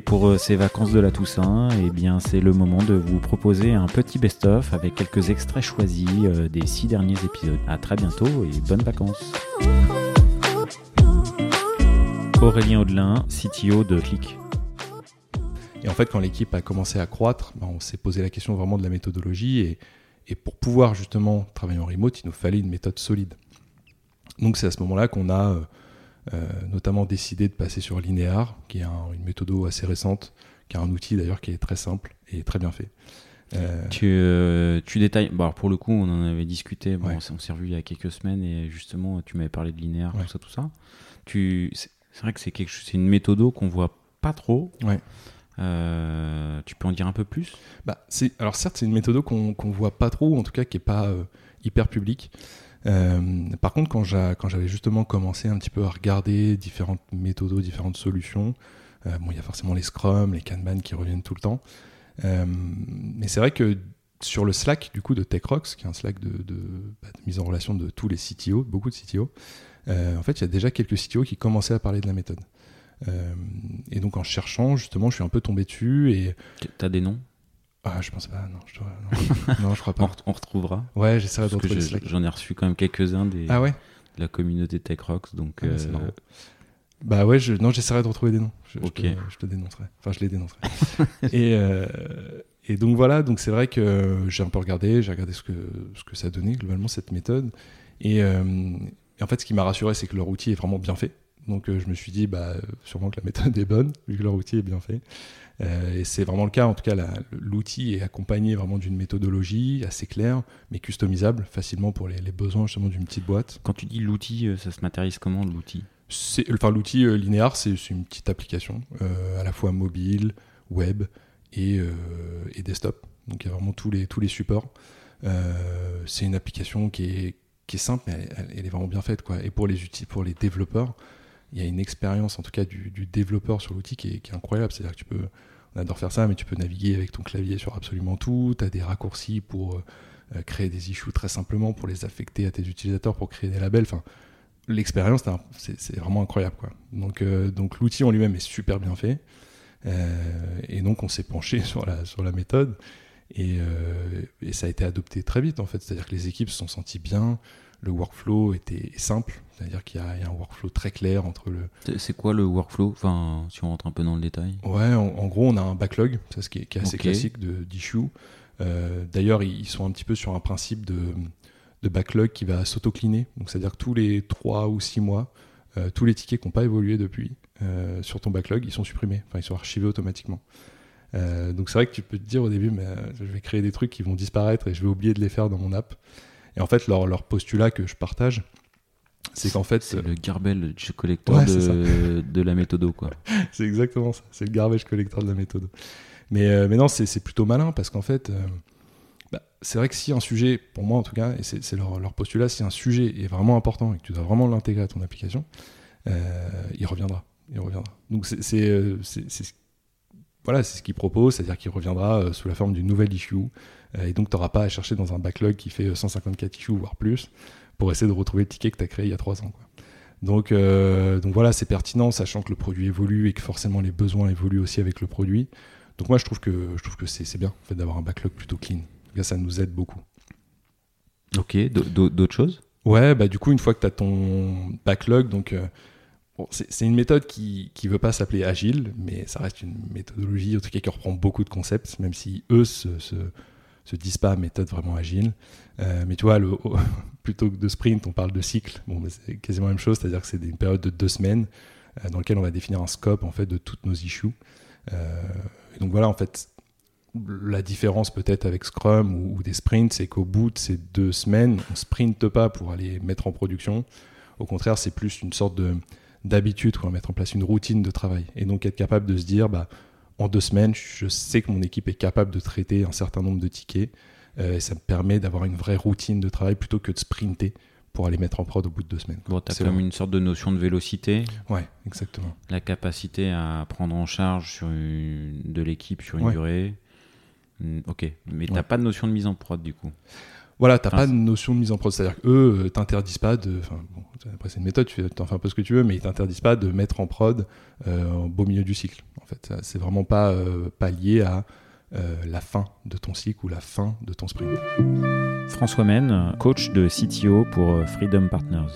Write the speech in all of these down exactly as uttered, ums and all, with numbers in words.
pour euh, ces vacances de la Toussaint, eh bien, c'est le moment de vous proposer un petit best-of avec quelques extraits choisis euh, des six derniers épisodes. À très bientôt et bonnes vacances. Aurélien Audelin, C T O de Click. Et en fait, quand l'équipe a commencé à croître, ben, on s'est posé la question vraiment de la méthodologie. Et, et pour pouvoir justement travailler en remote, il nous fallait une méthode solide. Donc c'est à ce moment-là qu'on a euh, notamment décidé de passer sur Linear, qui est un, une méthode assez récente, qui est un outil d'ailleurs qui est très simple et très bien fait. Euh... Tu, euh, tu détailles, bon, alors pour le coup on en avait discuté, bon, ouais. on s'est revu il y a quelques semaines et justement tu m'avais parlé de Linear, ouais. tout ça, tout ça. Tu, c'est, c'est vrai que c'est, quelque, c'est une méthode qu'on voit pas trop. Ouais. Euh, tu peux en dire un peu plus ? Bah, c'est, alors certes, c'est une méthode qu'on qu'on voit pas trop, ou en tout cas qui est pas euh, hyper publique. Euh, par contre, quand, j'a, quand j'avais justement commencé un petit peu à regarder différentes méthodes, différentes solutions, euh, bon, il y a forcément les Scrum, les Kanban qui reviennent tout le temps. Euh, mais c'est vrai que sur le Slack du coup de TechRox, qui est un Slack de, de, bah, de mise en relation de tous les C T O, beaucoup de C T O, euh, en fait, il y a déjà quelques C T O qui commençaient à parler de la méthode. Euh, et donc en cherchant, justement, je suis un peu tombé dessus. Et t'as des noms ? Ah, je pense pas. Non, je dois... non. non, je crois pas. on, on retrouvera. Ouais, j'essaierai de retrouver. Je, j'en ai reçu quand même quelques-uns des. Ah ouais. De la communauté TechRox, donc. Ah, euh... c'est marrant. Bah ouais, je... non, j'essaierai de retrouver des noms. Je, ok. Je te, je te dénoncerai. Enfin, je les dénoncerai. et euh... et donc voilà. Donc c'est vrai que j'ai un peu regardé, j'ai regardé ce que ce que ça donnait globalement cette méthode. Et, euh... et en fait, ce qui m'a rassuré, c'est que leur outil est vraiment bien fait. Donc euh, je me suis dit, bah, sûrement que la méthode est bonne, vu que leur outil est bien fait. Euh, et c'est vraiment le cas, en tout cas, la, l'outil est accompagné vraiment d'une méthodologie assez claire, mais customisable facilement pour les, les besoins justement d'une petite boîte. Quand tu dis l'outil, ça se matérialise comment, l'outil ? c'est, enfin, l'outil euh, Linear, c'est, c'est une petite application, euh, à la fois mobile, web et, euh, et desktop. Donc il y a vraiment tous les, tous les supports. Euh, c'est une application qui est, qui est simple, mais elle, elle est vraiment bien faite, quoi. Et pour les outils, pour les développeurs, il y a une expérience, en tout cas du, du développeur sur l'outil qui est, qui est incroyable. C'est-à-dire que tu peux, on adore faire ça, mais tu peux naviguer avec ton clavier sur absolument tout. Tu as des raccourcis pour euh, créer des issues très simplement, pour les affecter à tes utilisateurs, pour créer des labels. Enfin, l'expérience, c'est, c'est vraiment incroyable, quoi. Donc, euh, donc l'outil en lui-même est super bien fait. Euh, et donc on s'est penché sur la, sur la méthode. Et, euh, et ça a été adopté très vite, en fait. C'est-à-dire que les équipes se sont senties bien. Le workflow était simple, c'est-à-dire qu'il y a, il y a un workflow très clair entre le... C'est, c'est quoi le workflow ? Enfin, si on rentre un peu dans le détail. Ouais, en, en gros, on a un backlog, ça, ce qui est, qui est assez okay. classique de, d'issue. Euh, d'ailleurs, ils sont un petit peu sur un principe de, de backlog qui va s'auto-cleaner. Donc, c'est-à-dire que tous les trois ou six mois, euh, tous les tickets qui n'ont pas évolué depuis euh, sur ton backlog, ils sont supprimés, enfin, ils sont archivés automatiquement. Euh, donc, c'est vrai que tu peux te dire au début, mais euh, je vais créer des trucs qui vont disparaître et je vais oublier de les faire dans mon app. Et en fait, leur, leur postulat que je partage, c'est qu'en fait... C'est le garbage collector ouais, de, de la méthode, quoi. C'est exactement ça, c'est le garbage collector de la méthode. Mais, euh, mais non, c'est, c'est plutôt malin, parce qu'en fait, euh, bah, c'est vrai que si un sujet, pour moi en tout cas, et c'est, c'est leur, leur postulat, si un sujet est vraiment important et que tu dois vraiment l'intégrer à ton application, euh, il reviendra. Il reviendra. Donc c'est, c'est, euh, c'est, c'est, voilà, c'est ce qu'ils proposent, c'est-à-dire qu'il reviendra euh, sous la forme d'une nouvelle issue. Et donc, tu n'auras pas à chercher dans un backlog qui fait cent cinquante-quatre issues, voire plus, pour essayer de retrouver le ticket que tu as créé il y a trois ans, quoi. Donc, euh, donc voilà, c'est pertinent, sachant que le produit évolue et que forcément les besoins évoluent aussi avec le produit. Donc moi, je trouve que, je trouve que c'est, c'est bien en fait, d'avoir un backlog plutôt clean. En tout cas, ça nous aide beaucoup. Ok, d'autres choses ? Ouais, bah du coup, une fois que tu as ton backlog, donc... Euh, Bon, c'est, c'est une méthode qui ne veut pas s'appeler agile, mais ça reste une méthodologie, en tout cas qui reprend beaucoup de concepts, même si eux se, se, se disent pas méthode vraiment agile. Euh, mais tu vois, le, oh, plutôt que de sprint, on parle de cycle. Bon, mais c'est quasiment la même chose, c'est-à-dire que c'est une période de deux semaines euh, dans laquelle on va définir un scope en fait, de toutes nos issues. Euh, et donc voilà, en fait, la différence peut-être avec Scrum ou, ou des sprints, c'est qu'au bout de ces deux semaines, on ne sprinte pas pour aller mettre en production. Au contraire, c'est plus une sorte de... d'habitude, quoi, mettre en place une routine de travail et donc être capable de se dire bah, en deux semaines je sais que mon équipe est capable de traiter un certain nombre de tickets euh, et ça me permet d'avoir une vraie routine de travail plutôt que de sprinter pour aller mettre en prod au bout de deux semaines. Bon, tu as comme une sorte de notion de vélocité. Ouais, exactement. La capacité à prendre en charge sur une, de l'équipe sur une ouais. durée. Ok, mais tu n'as ouais. pas de notion de mise en prod du coup. Voilà, t'as Enfin, pas c'est- de notion de mise en prod. C'est-à-dire qu'eux, euh, t'interdisent pas de. Enfin, bon, après, c'est une méthode, tu fais, t'en fais un peu ce que tu veux, mais ils t'interdisent pas de mettre en prod euh, au beau milieu du cycle. En fait, Ça, c'est vraiment pas, euh, pas lié à euh, la fin de ton cycle ou la fin de ton sprint. François Men, coach de C T O pour euh, Freedom Partners.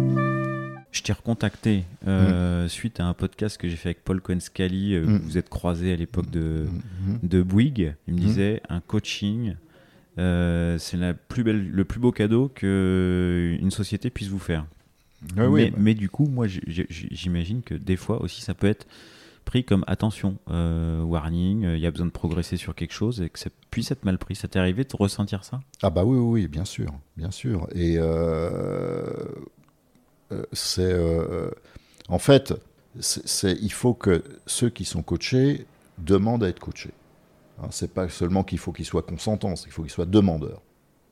Je t'ai recontacté euh, mmh. suite à un podcast que j'ai fait avec Paul Cohen-Scali. Euh, mmh. Vous êtes croisés à l'époque de, mmh. de Bouygues. Il me disait un coaching, euh, c'est la plus belle, le plus beau cadeau qu'une société puisse vous faire. Ah, mais, oui, bah. mais du coup, moi, j'imagine que des fois aussi, ça peut être pris comme attention, euh, warning, il euh, y a besoin de progresser sur quelque chose et que ça puisse être mal pris. Ça t'est arrivé de ressentir ça ? Ah bah oui, oui, oui, bien sûr, bien sûr. Et euh, euh, c'est, euh, en fait, c'est, c'est, il faut que ceux qui sont coachés demandent à être coachés. Hein, c'est pas seulement qu'il faut qu'ils soient consentants, c'est qu'il faut qu'ils soient demandeurs.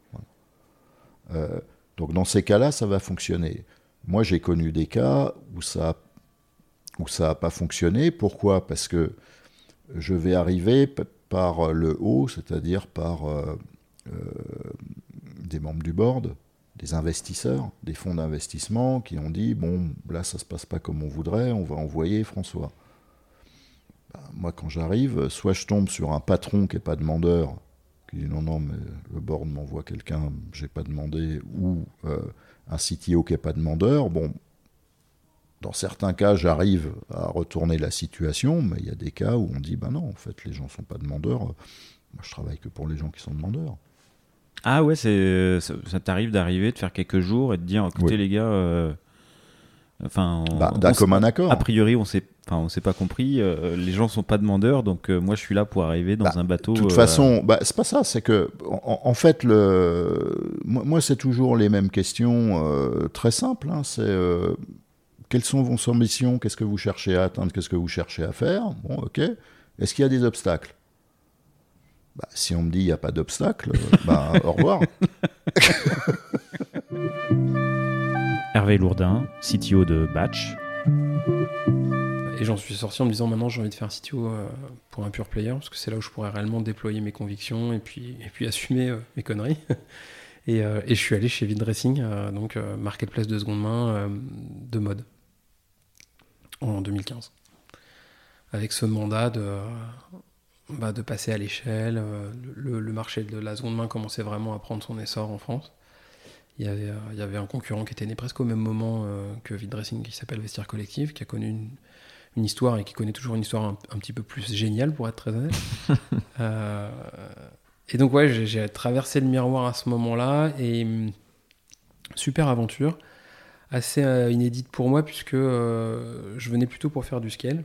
Voilà. Euh, donc dans ces cas-là, ça va fonctionner. Moi, j'ai connu des cas où ça a où ça n'a pas fonctionné. Pourquoi ? Parce que je vais arriver p- par le haut, c'est-à-dire par euh, euh, des membres du board, des investisseurs, des fonds d'investissement qui ont dit « bon, là, ça ne se passe pas comme on voudrait, on va envoyer François ». Ben, moi, quand j'arrive, soit je tombe sur un patron qui n'est pas demandeur, qui dit « non, non, mais le board m'envoie quelqu'un, je n'ai pas demandé », ou euh, un C T O qui n'est pas demandeur. Bon, dans certains cas, j'arrive à retourner la situation, mais il y a des cas où on dit ben non, en fait, les gens ne sont pas demandeurs. Moi, je travaille que pour les gens qui sont demandeurs. Ah ouais, c'est, ça, ça t'arrive d'arriver, de faire quelques jours et de dire écoutez, oui. les gars, euh, enfin, bah, d'un commun accord. A priori, on s'est, enfin, on s'est pas compris. Euh, les gens ne sont pas demandeurs, donc euh, moi, je suis là pour arriver dans bah, un bateau. De toute euh, façon, bah, c'est pas ça. C'est que, en, en fait, le, moi, moi, c'est toujours les mêmes questions, euh, très simples. Hein, c'est euh, quelles sont vos ambitions ? Qu'est-ce que vous cherchez à atteindre ? Qu'est-ce que vous cherchez à faire ? Bon, ok. Est-ce qu'il y a des obstacles ? Bah, si on me dit il n'y a pas d'obstacles, bah, au revoir. Hervé Lourdin, C T O de Batch. Et j'en suis sorti en me disant maintenant j'ai envie de faire un C T O euh, pour un pure player, parce que c'est là où je pourrais réellement déployer mes convictions et puis, et puis assumer euh, mes conneries. et, euh, et je suis allé chez Vidressing, euh, donc euh, marketplace de seconde main euh, de mode. En deux mille quinze, avec ce mandat de, bah, de passer à l'échelle. Le, le marché de la seconde main commençait vraiment à prendre son essor en France. Il y avait, il y avait un concurrent qui était né presque au même moment euh, que Vidressing, qui s'appelle Vestiaire Collective, qui a connu une, une histoire et qui connaît toujours une histoire un, un petit peu plus géniale, pour être très honnête. euh, et donc ouais, j'ai, j'ai traversé le miroir à ce moment-là, et super aventure. Assez euh, inédite pour moi, puisque euh, je venais plutôt pour faire du scale.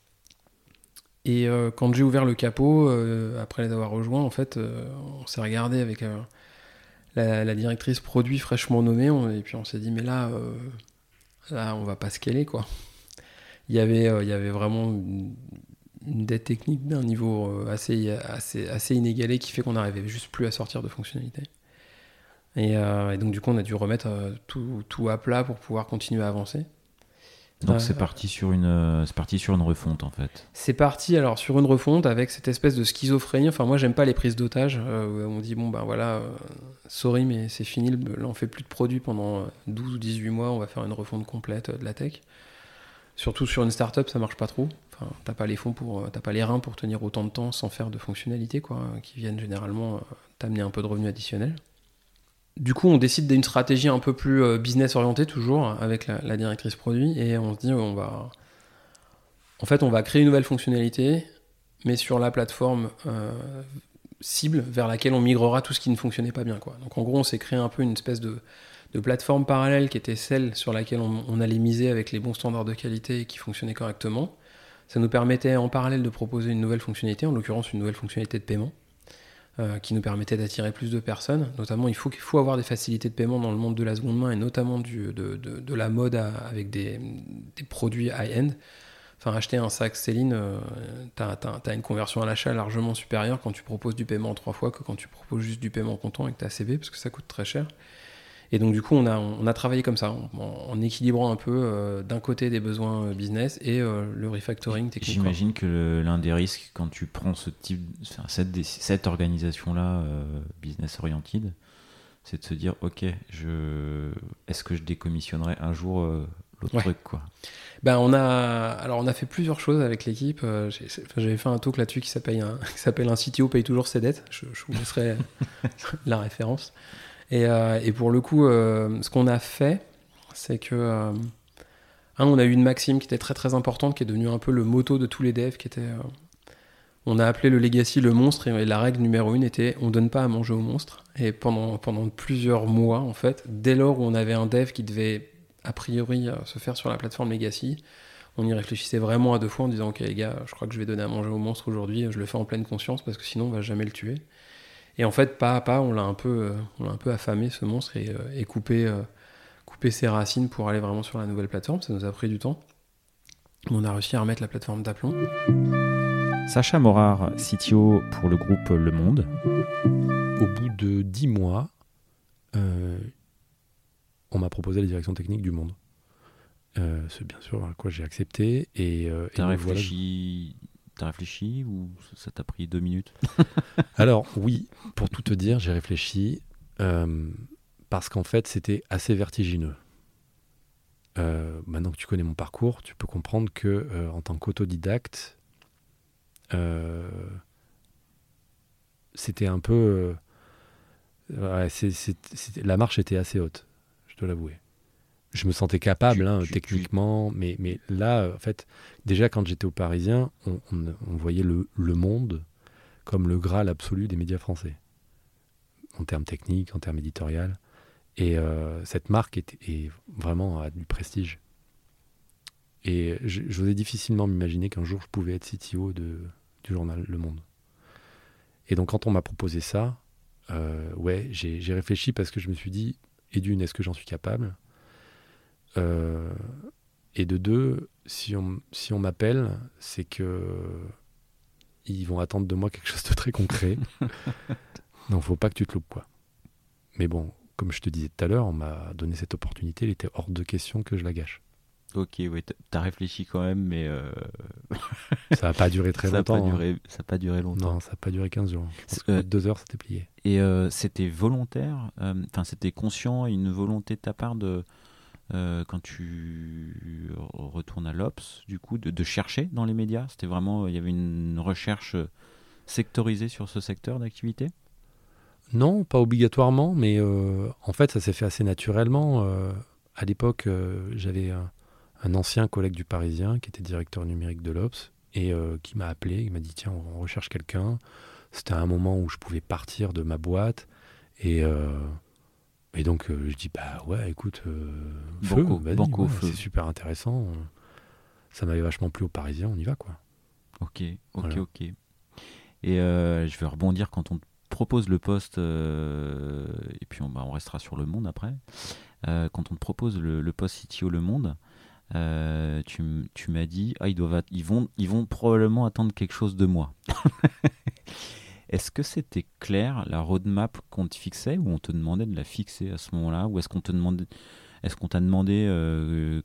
Et euh, quand j'ai ouvert le capot, euh, après les avoir rejoints, en fait, euh, on s'est regardé avec euh, la, la directrice produit fraîchement nommée, on, et puis on s'est dit, mais là, euh, là on va pas scaler, quoi. Il y avait, euh, il y avait vraiment une, une dette technique d'un niveau assez, assez, assez inégalé qui fait qu'on n'arrivait juste plus à sortir de fonctionnalités. Et, euh, et donc du coup on a dû remettre euh, tout, tout à plat pour pouvoir continuer à avancer. Donc euh, c'est parti sur une euh, c'est parti sur une refonte en fait. C'est parti alors sur une refonte avec cette espèce de schizophrénie. Enfin moi j'aime pas les prises d'otages euh, où on dit bon ben voilà euh, sorry mais c'est fini, là on fait plus de produits pendant douze ou dix-huit mois, on va faire une refonte complète de la tech. Surtout sur une start-up ça marche pas trop. Enfin t'as pas les fonds pour t'as pas les reins pour tenir autant de temps sans faire de fonctionnalités quoi, qui viennent généralement euh, t'amener un peu de revenus additionnels. Du coup, on décide d'une stratégie un peu plus business orientée, toujours, avec la, la directrice produit, et on se dit, on va... En fait, on va créer une nouvelle fonctionnalité, mais sur la plateforme euh, cible vers laquelle on migrera tout ce qui ne fonctionnait pas bien, quoi. Donc, en gros, on s'est créé un peu une espèce de, de plateforme parallèle qui était celle sur laquelle on, on allait miser avec les bons standards de qualité et qui fonctionnait correctement. Ça nous permettait, en parallèle, de proposer une nouvelle fonctionnalité, en l'occurrence, une nouvelle fonctionnalité de paiement. Euh, qui nous permettait d'attirer plus de personnes. Notamment, il faut, il faut avoir des facilités de paiement dans le monde de la seconde main et notamment du, de, de, de la mode à, avec des, des produits high-end. Enfin, acheter un sac Céline, euh, t'as, t'as, t'as une conversion à l'achat largement supérieure quand tu proposes du paiement en trois fois que quand tu proposes juste du paiement comptant avec ta C B, parce que ça coûte très cher. Et donc du coup, on a, on a travaillé comme ça, en, en équilibrant un peu euh, d'un côté des besoins business et euh, le refactoring technique. J'imagine que le, l'un des risques quand tu prends ce type, enfin, cette, cette organisation-là, euh, business oriented, c'est de se dire, ok, je... est-ce que je décommissionnerai un jour euh, l'autre Ouais. truc, quoi. Ben, on a, alors on a fait plusieurs choses avec l'équipe. Euh, j'ai- c'est- enfin, j'avais fait un talk là-dessus qui s'appelle un, qui s'appelle un C T O paye toujours ses dettes. Je, je vous laisserai la référence. Et, euh, et pour le coup, euh, ce qu'on a fait, c'est que euh, un, on a eu une maxime qui était très très importante, qui est devenue un peu le motto de tous les devs, qui était, euh, on a appelé le legacy le monstre, et la règle numéro une était, on donne pas à manger au monstre. Et pendant pendant plusieurs mois, en fait, dès lors où on avait un dev qui devait a priori euh, se faire sur la plateforme Legacy, on y réfléchissait vraiment à deux fois en disant, ok les gars, je crois que je vais donner à manger au monstre aujourd'hui, je le fais en pleine conscience parce que sinon on va jamais le tuer. Et en fait, pas à pas, on l'a un peu, euh, on l'a un peu affamé ce monstre et, euh, et coupé, euh, coupé ses racines pour aller vraiment sur la nouvelle plateforme. Ça nous a pris du temps. On a réussi à remettre la plateforme d'aplomb. Sacha Morard, C T O pour le groupe Le Monde. Au bout de dix mois, euh, on m'a proposé la direction technique du Monde. Euh, c'est bien sûr à quoi j'ai accepté. Et, euh, T'as et me réfléchi... T'as réfléchi ou ça t'a pris deux minutes? voilà. Alors oui, pour tout te dire, j'ai réfléchi euh, parce qu'en fait, c'était assez vertigineux. Euh, maintenant que tu connais mon parcours, tu peux comprendre que euh, en tant qu'autodidacte, euh, c'était un peu... euh, ouais, c'est, c'est, c'est, la marche était assez haute, je dois l'avouer. Je me sentais capable, Tu- hein, tu- techniquement, mais, mais là, euh, en fait, déjà quand j'étais au Parisien, on, on, on voyait le, le Monde comme le Graal absolu des médias français, en termes techniques, en termes éditorial. Et euh, cette marque est, est vraiment à du prestige. Et je- j'osais difficilement m'imaginer qu'un jour je pouvais être C T O de, du journal Le Monde. Et donc quand on m'a proposé ça, euh, ouais, j'ai, j'ai réfléchi parce que je me suis dit, et d'une, est-ce que j'en suis capable ? Euh, et de deux, si on, si on m'appelle, c'est que ils vont attendre de moi quelque chose de très concret. Donc, faut pas que tu te loupes, quoi. Mais bon, comme je te disais tout à l'heure, on m'a donné cette opportunité, il était hors de question que je la gâche. Ok, ouais, t'as- t'as réfléchi quand même, mais euh, Ça n'a pas duré très ça n'a longtemps. pas hein. duré, ça a pas duré longtemps. Non, ça n'a pas duré quinze jours. Je pense C'est- qu'au bout euh, de deux heures, c'était plié. Et euh, c'était volontaire, enfin c'était conscient, une volonté de ta part de euh, quand tu retournes à l'Obs, du coup, de, de chercher dans les médias. C'était vraiment, il y avait une recherche sectorisée sur ce secteur d'activité. Non, pas obligatoirement, mais euh, en fait, ça s'est fait assez naturellement. Euh, à l'époque, euh, j'avais un, un ancien collègue du Parisien qui était directeur numérique de l'Obs et euh, qui m'a appelé, il m'a dit tiens, on recherche quelqu'un. C'était un moment où je pouvais partir de ma boîte et, euh, et donc euh, je dis bah ouais, écoute, euh, feu, Banco, vas-y, banco, ouais, feu. c'est super intéressant. Ça m'avait vachement plu au Parisien, on y va quoi. Ok, ok, Voilà. ok. Et euh, je vais rebondir quand on te propose le poste, euh, et puis on, bah, on restera sur Le Monde après. Euh, quand on te propose le, le poste C T O Le Monde, euh, tu, m- tu m'as dit ah, ils, doivent at- ils, vont, ils vont probablement attendre quelque chose de moi. Est-ce que c'était clair la roadmap qu'on te fixait ou on te demandait de la fixer à ce moment-là, ou est-ce qu'on te demandait, est-ce qu'on t'a demandé euh,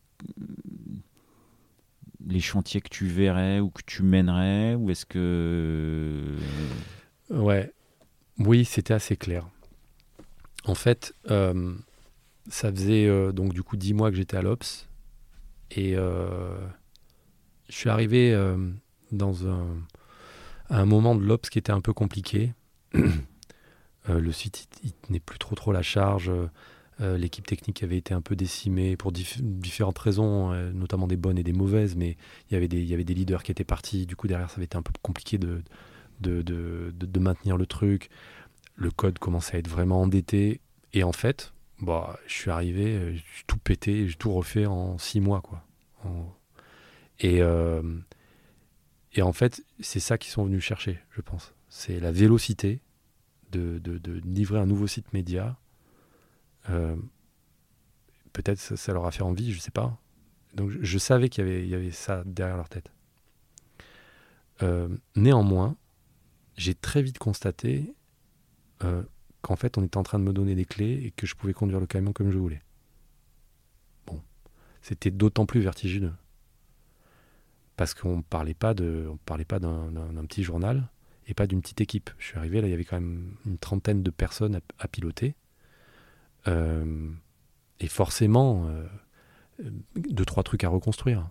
les chantiers que tu verrais ou que tu mènerais, ou est-ce que Ouais, oui, c'était assez clair. En fait, euh, ça faisait euh, donc du coup dix mois que j'étais à l'Obs et euh, je suis arrivé euh, dans un, à un moment de l'Obs qui était un peu compliqué. Euh, le site, il, il tenait plus trop trop la charge. Euh, l'équipe technique avait été un peu décimée pour dif- différentes raisons, euh, notamment des bonnes et des mauvaises, mais il y avait des, il y avait des leaders qui étaient partis. Du coup, derrière, ça avait été un peu compliqué de, de, de, de, de maintenir le truc. Le code commençait à être vraiment endetté. Et en fait, bah, je suis arrivé, euh, j'ai tout pété, j'ai tout refait en six mois, quoi. En... Et, euh, et en fait, c'est ça qu'ils sont venus chercher, je pense. C'est la vélocité de, de, de livrer un nouveau site média. Euh, peut-être ça, ça leur a fait envie, je sais pas. Donc je, je savais qu'il y avait, il y avait ça derrière leur tête. Euh, néanmoins, j'ai très vite constaté euh, qu'en fait, on était en train de me donner des clés et que je pouvais conduire le camion comme je voulais. Bon, c'était d'autant plus vertigineux. Parce qu'on ne parlait pas, de, on parlait pas d'un, d'un, d'un petit journal et pas d'une petite équipe. Je suis arrivé, là, il y avait quand même une trentaine de personnes à, à piloter. euh, et forcément euh, deux, trois trucs à reconstruire.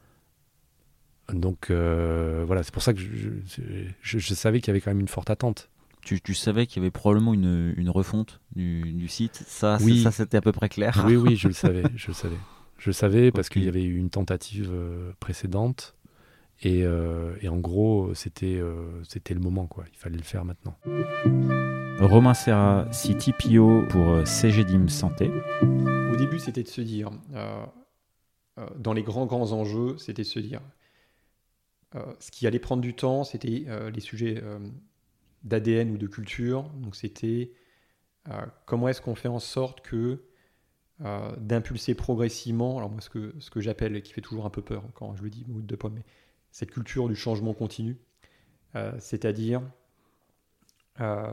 Donc euh, voilà, c'est pour ça que je, je, je, je savais qu'il y avait quand même une forte attente. Tu, tu savais qu'il y avait probablement une, une refonte du, du site. Ça, oui. ça, c'était à peu près clair. Oui, oui, je le savais. Je le savais, je le savais parce okay. qu'il y avait eu une tentative euh, précédente. Et, euh, et en gros, c'était, euh, c'était le moment, quoi. Il fallait le faire maintenant. Romain Serra, C T P O pour Cegedim Santé. Au début, c'était de se dire, euh, euh, dans les grands, grands enjeux, c'était de se dire, euh, ce qui allait prendre du temps, c'était euh, les sujets euh, d'A D N ou de culture. Donc, c'était euh, comment est-ce qu'on fait en sorte que euh, d'impulser progressivement, alors moi, ce que, ce que j'appelle, et qui fait toujours un peu peur quand je le dis, mot de pomme, mais cette culture du changement continu, euh, c'est-à-dire, euh,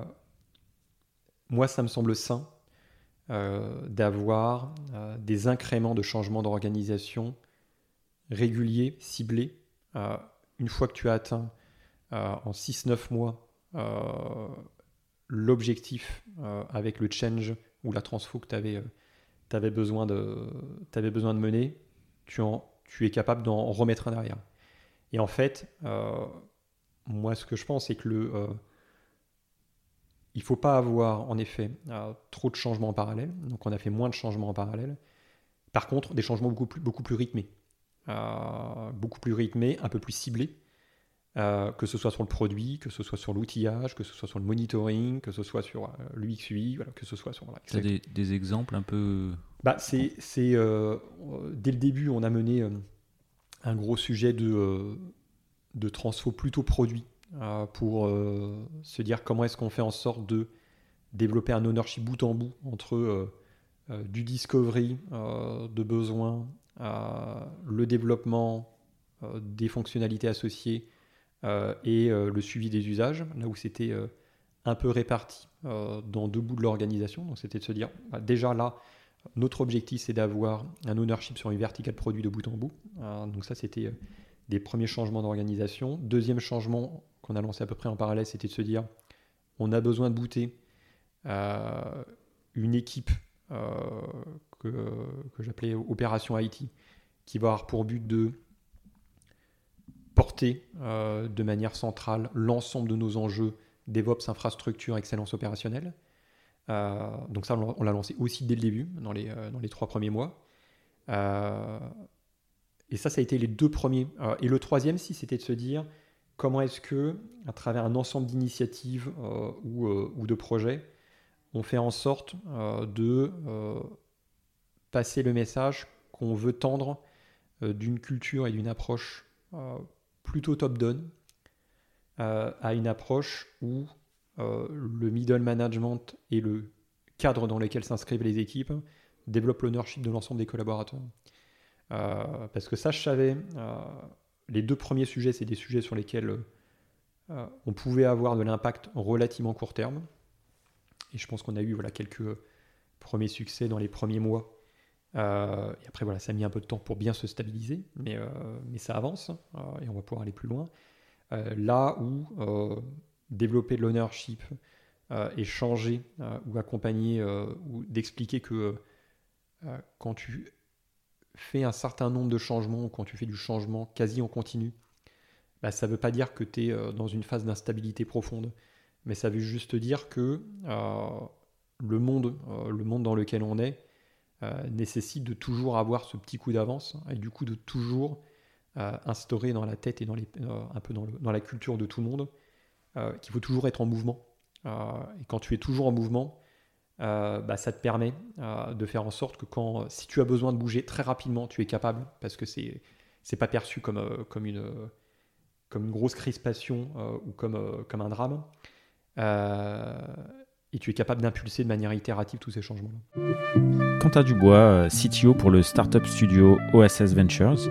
moi, ça me semble sain euh, d'avoir euh, des incréments de changement d'organisation réguliers, ciblés. Euh, une fois que tu as atteint euh, en six neuf mois euh, l'objectif euh, avec le change ou la transfo que tu avais, euh, t'avais besoin de, t'avais besoin de mener, tu, en, tu es capable d'en remettre un derrière. Et en fait, euh, moi, ce que je pense, c'est que le, euh, il ne faut pas avoir, en effet, euh, trop de changements en parallèle. Donc, on a fait moins de changements en parallèle. Par contre, des changements beaucoup plus, beaucoup plus rythmés. Euh, beaucoup plus rythmés, un peu plus ciblés. Euh, que ce soit sur le produit, que ce soit sur l'outillage, que ce soit sur le monitoring, que ce soit sur euh, l'U X U I, voilà, que ce soit sur... Voilà, tu as des, des exemples un peu... Bah, c'est, c'est, euh, dès le début, on a mené euh, un gros sujet de, euh, de transfo plutôt produit euh, pour euh, se dire comment est-ce qu'on fait en sorte de développer un ownership bout en bout entre euh, euh, du discovery euh, de besoins, euh, le développement euh, des fonctionnalités associées, Euh, et euh, le suivi des usages, là où c'était euh, un peu réparti euh, dans deux bouts de l'organisation. Donc c'était de se dire, bah, déjà là, notre objectif c'est d'avoir un ownership sur une verticale produit de bout en bout. Euh, donc ça c'était euh, des premiers changements d'organisation. Deuxième changement qu'on a lancé à peu près en parallèle, c'était de se dire, on a besoin de booter euh, une équipe euh, que, que j'appelais opération I T, qui va avoir pour but de porter euh, de manière centrale l'ensemble de nos enjeux DevOps, infrastructure, excellence opérationnelle. Euh, donc ça, on l'a lancé aussi dès le début, dans les, euh, dans les trois premiers mois. Euh, et ça, ça a été les deux premiers. Euh, et le troisième, si, c'était de se dire comment est-ce que, à travers un ensemble d'initiatives euh, ou, euh, ou de projets, on fait en sorte euh, de euh, passer le message qu'on veut tendre euh, d'une culture et d'une approche euh, plutôt top-down euh, à une approche où euh, le middle management et le cadre dans lequel s'inscrivent les équipes développent l'ownership de l'ensemble des collaborateurs. Euh, parce que ça, je savais, euh, les deux premiers sujets, c'est des sujets sur lesquels euh, on pouvait avoir de l'impact relativement court terme. Et je pense qu'on a eu voilà, quelques premiers succès dans les premiers mois. Euh, et après, voilà, ça a mis un peu de temps pour bien se stabiliser, mais, euh, mais ça avance euh, et on va pouvoir aller plus loin. Euh, là où euh, développer de l'ownership euh, et changer euh, ou accompagner euh, ou d'expliquer que euh, quand tu fais un certain nombre de changements ou quand tu fais du changement quasi en continu, bah, ça ne veut pas dire que tu es euh, dans une phase d'instabilité profonde, mais ça veut juste dire que euh, le monde, euh, le monde dans lequel on est Euh, nécessite de toujours avoir ce petit coup d'avance et du coup de toujours euh, instaurer dans la tête et dans les, euh, un peu dans, le, dans la culture de tout le monde euh, qu'il faut toujours être en mouvement. Euh, et quand tu es toujours en mouvement, euh, bah, ça te permet euh, de faire en sorte que quand, si tu as besoin de bouger très rapidement, tu es capable parce que c'est c'est pas perçu comme, euh, comme, une, comme une grosse crispation euh, ou comme, euh, comme un drame. Euh, et tu es capable d'impulser de manière itérative tous ces changements-là. Quentin Dubois, C T O pour le Startup Studio O S S Ventures.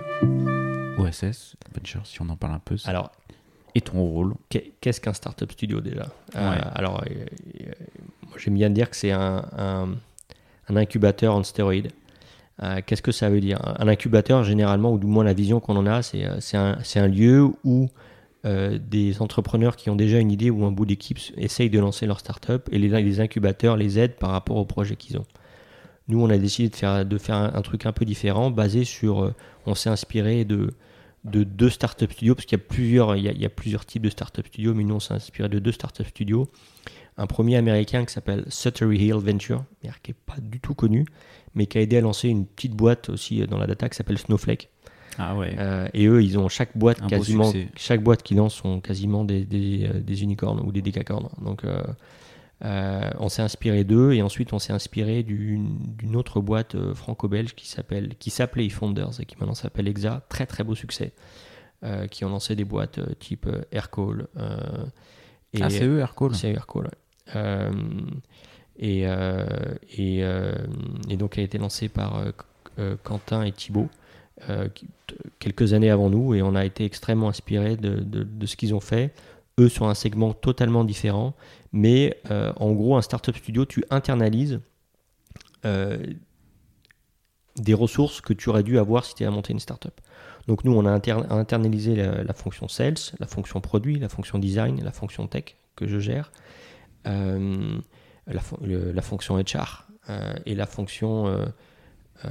O S S Ventures, si on en parle un peu. Alors, et ton rôle? Qu'est-ce qu'un Startup Studio déjà? Ouais. euh, Alors, euh, euh, moi, j'aime bien dire que c'est un, un, un incubateur en stéroïdes. Euh, qu'est-ce que ça veut dire? Un incubateur, généralement, ou du moins la vision qu'on en a, c'est, c'est, un, c'est un lieu où Euh, des entrepreneurs qui ont déjà une idée ou un bout d'équipe essayent de lancer leur start-up et les, les incubateurs les aident par rapport au projet qu'ils ont. Nous, on a décidé de faire, de faire un, un truc un peu différent, basé sur... Euh, on s'est inspiré de, de deux startup studios, parce qu'il y a plusieurs, il y a, il y a plusieurs types de startup studios, mais nous, on s'est inspiré de deux startup studios. Un premier américain qui s'appelle Suttery Hill Venture, qui n'est pas du tout connu, mais qui a aidé à lancer une petite boîte aussi dans la data qui s'appelle Snowflake. Ah ouais. Euh, et eux, ils ont chaque boîte Un beau quasiment, succès. chaque boîte qu'ils lancent sont quasiment des, des, euh, des unicornes ou des décacornes. Donc, euh, euh, on s'est inspiré d'eux et ensuite on s'est inspiré d'une, d'une autre boîte euh, franco-belge qui s'appelle, qui s'appelait eFounders et qui maintenant s'appelle Exa. Très très beau succès. Euh, qui ont lancé des boîtes euh, type euh, Aircall. Euh, et, Ah, c'est eux, Aircall. C'est Aircall, ouais. Euh, et, euh, et, euh, et donc a été lancé par euh, euh, Quentin et Thibaut euh, qui, t- quelques années avant nous, et on a été extrêmement inspiré de, de, de ce qu'ils ont fait. Eux sur un segment totalement différent, mais euh, en gros un startup studio, tu internalises euh, des ressources que tu aurais dû avoir si tu avais monté une startup. Donc nous on a inter- internalisé la, la fonction sales, la fonction produit, la fonction design, la fonction tech que je gère. Euh, la, fon- le, la fonction H R euh, et la fonction euh, euh,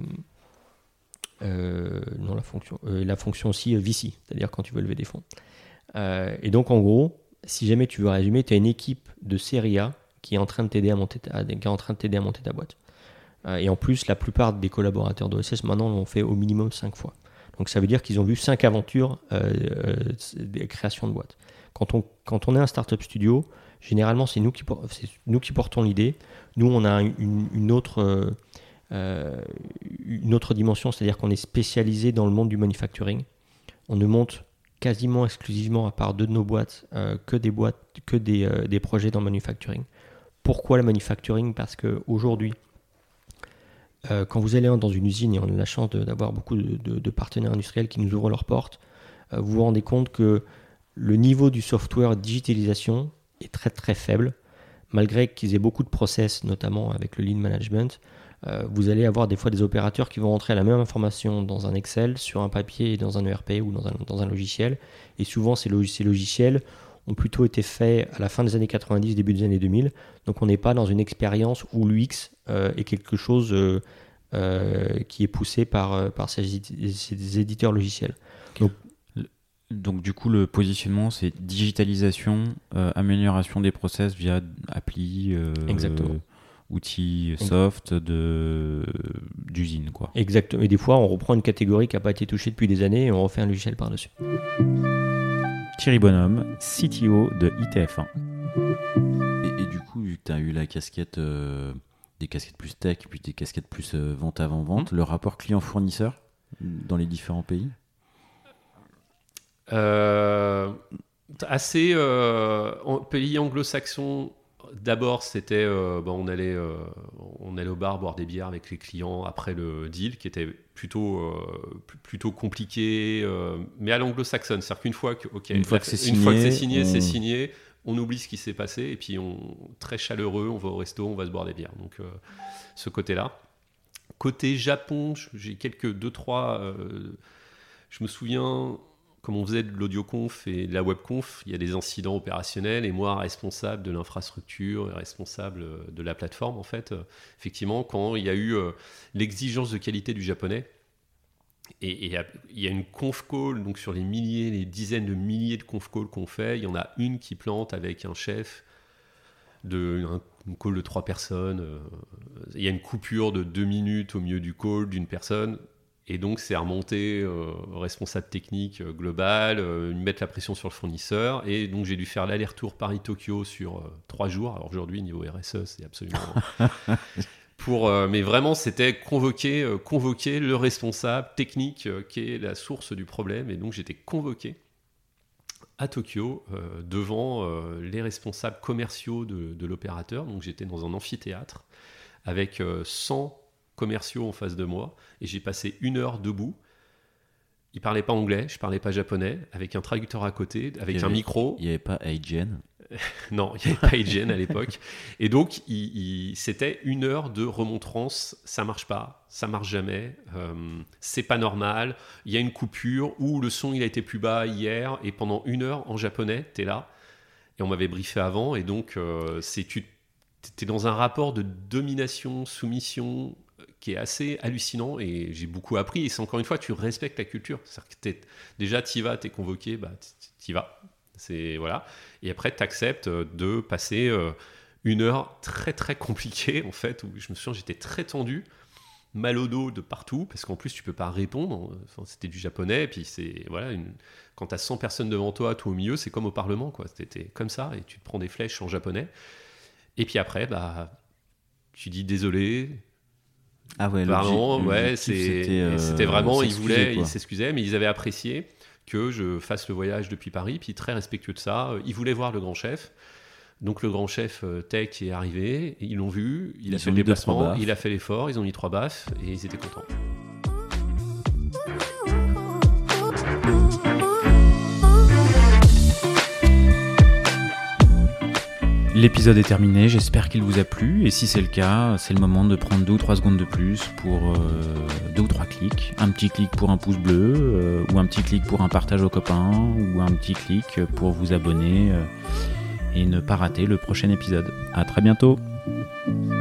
euh, non la fonction euh, la fonction aussi V C, c'est-à-dire quand tu veux lever des fonds. Euh, et donc en gros, si jamais tu veux résumer, tu as une équipe de série A qui est en train de t'aider à monter ta, qui est en train de t'aider à monter ta boîte. Euh, et en plus, la plupart des collaborateurs d'O S S maintenant l'ont fait au minimum cinq fois. Donc ça veut dire qu'ils ont vu cinq aventures euh, euh, de création de boîte. Quand on quand on est un startup studio, généralement, c'est nous qui, c'est nous qui portons l'idée. Nous, on a une, une, autre, euh, une autre dimension, c'est-à-dire qu'on est spécialisé dans le monde du manufacturing. On ne monte quasiment exclusivement, à part deux de nos boîtes, euh, que des boîtes, que des, euh, des projets dans le manufacturing. Pourquoi le manufacturing ? Parce qu'aujourd'hui, euh, quand vous allez dans une usine, et on a la chance de, d'avoir beaucoup de, de, de partenaires industriels qui nous ouvrent leurs portes, euh, vous vous rendez compte que le niveau du software digitalisation est très très faible, malgré qu'ils aient beaucoup de process, notamment avec le lean management. Euh, vous allez avoir des fois des opérateurs qui vont rentrer la même information dans un Excel, sur un papier et dans un E R P ou dans un, dans un logiciel. Et souvent, ces, log- ces logiciels ont plutôt été faits à la fin des années quatre-vingt-dix, début des années deux mille. Donc on n'est pas dans une expérience où l'U X euh, est quelque chose euh, euh, qui est poussé par, par ces, ces éditeurs logiciels. Donc, Donc du coup, le positionnement, c'est digitalisation, euh, amélioration des process via appli, euh, Exactement. outils soft de, d'usine, quoi. Exactement. Et des fois, on reprend une catégorie qui n'a pas été touchée depuis des années et on refait un logiciel par-dessus. Thierry Bonhomme, C T O de I T F un. Et, et du coup, vu que tu as eu la casquette, euh, des casquettes plus tech, puis des casquettes plus euh, vente avant-vente, mmh. le rapport client-fournisseur dans les différents pays ? Euh, assez euh, en, pays anglo-saxon. D'abord, c'était euh, bon, on allait euh, on allait au bar boire des bières avec les clients après le deal, qui était plutôt euh, plutôt compliqué, euh, mais à l'anglo-saxonne. C'est-à-dire qu'une fois que ok, une fois que c'est signé, une fois que c'est signé, on... c'est signé. On oublie ce qui s'est passé et puis on très chaleureux, on va au resto, on va se boire des bières. Donc euh, ce côté-là. Côté Japon, j'ai quelques deux trois. Euh, je me souviens. Comme on faisait de l'audioconf et de la webconf, il y a des incidents opérationnels et moi, responsable de l'infrastructure et responsable de la plateforme, en fait, euh, effectivement, quand il y a eu euh, l'exigence de qualité du japonais, et, et il y a une conf call, donc sur les milliers, les dizaines de milliers de conf calls qu'on fait, il y en a une qui plante avec un chef, de, un, une call de trois personnes, euh, il y a une coupure de deux minutes au milieu du call d'une personne. Et donc, c'est remonter euh, responsable technique euh, global, euh, mettre la pression sur le fournisseur. Et donc, j'ai dû faire l'aller-retour Paris-Tokyo sur euh, trois jours. Alors aujourd'hui, niveau R S E, c'est absolument... Pour, euh, mais vraiment, c'était convoquer, euh, convoquer le responsable technique euh, qui est la source du problème. Et donc, j'étais convoqué à Tokyo euh, devant euh, les responsables commerciaux de, de l'opérateur. Donc, j'étais dans un amphithéâtre avec euh, cent commerciaux en face de moi et j'ai passé une heure debout. Ils parlaient pas anglais, je parlais pas japonais, avec un traducteur à côté, avec avait, un micro. Il n'y avait pas Hygiene. Non, il n'y avait pas Hygiene à l'époque. Et donc, il, il, c'était une heure de remontrance. Ça marche pas, ça marche jamais, euh, c'est pas normal. Il y a une coupure où le son il a été plus bas hier et pendant une heure en japonais, t'es là. Et on m'avait briefé avant et donc euh, c'est tu t'es dans un rapport de domination, soumission qui est assez hallucinant et j'ai beaucoup appris. Et c'est encore une fois, tu respectes la culture. C'est-à-dire que t'es, déjà, t'y vas, t'es convoqué, bah, t'y vas. C'est, voilà. Et après, t'acceptes de passer euh, une heure très très compliquée, en fait, où je me souviens, j'étais très tendu, mal au dos de partout, parce qu'en plus, tu peux pas répondre. Enfin, c'était du japonais, et puis c'est, voilà, une... quand t'as cent personnes devant toi, toi au milieu, c'est comme au Parlement, quoi. C'était comme ça, et tu te prends des flèches en japonais. Et puis après, bah, tu dis désolé. Ah ouais, pardon, ouais, c'est, c'était, euh, c'était vraiment, ils voulaient, quoi. ils s'excusaient, mais ils avaient apprécié que je fasse le voyage depuis Paris, puis très respectueux de ça. Ils voulaient voir le grand chef. Donc le grand chef euh, tech est arrivé, ils l'ont vu, il Ils a fait ont le mis deux, trois déplacement, baffes. il a fait l'effort, ils ont mis trois baffes et ils étaient contents. L'épisode est terminé, j'espère qu'il vous a plu, et si c'est le cas, c'est le moment de prendre deux ou trois secondes de plus pour euh, deux ou trois clics. Un petit clic pour un pouce bleu, euh, ou un petit clic pour un partage aux copains, ou un petit clic pour vous abonner euh, et ne pas rater le prochain épisode. À très bientôt.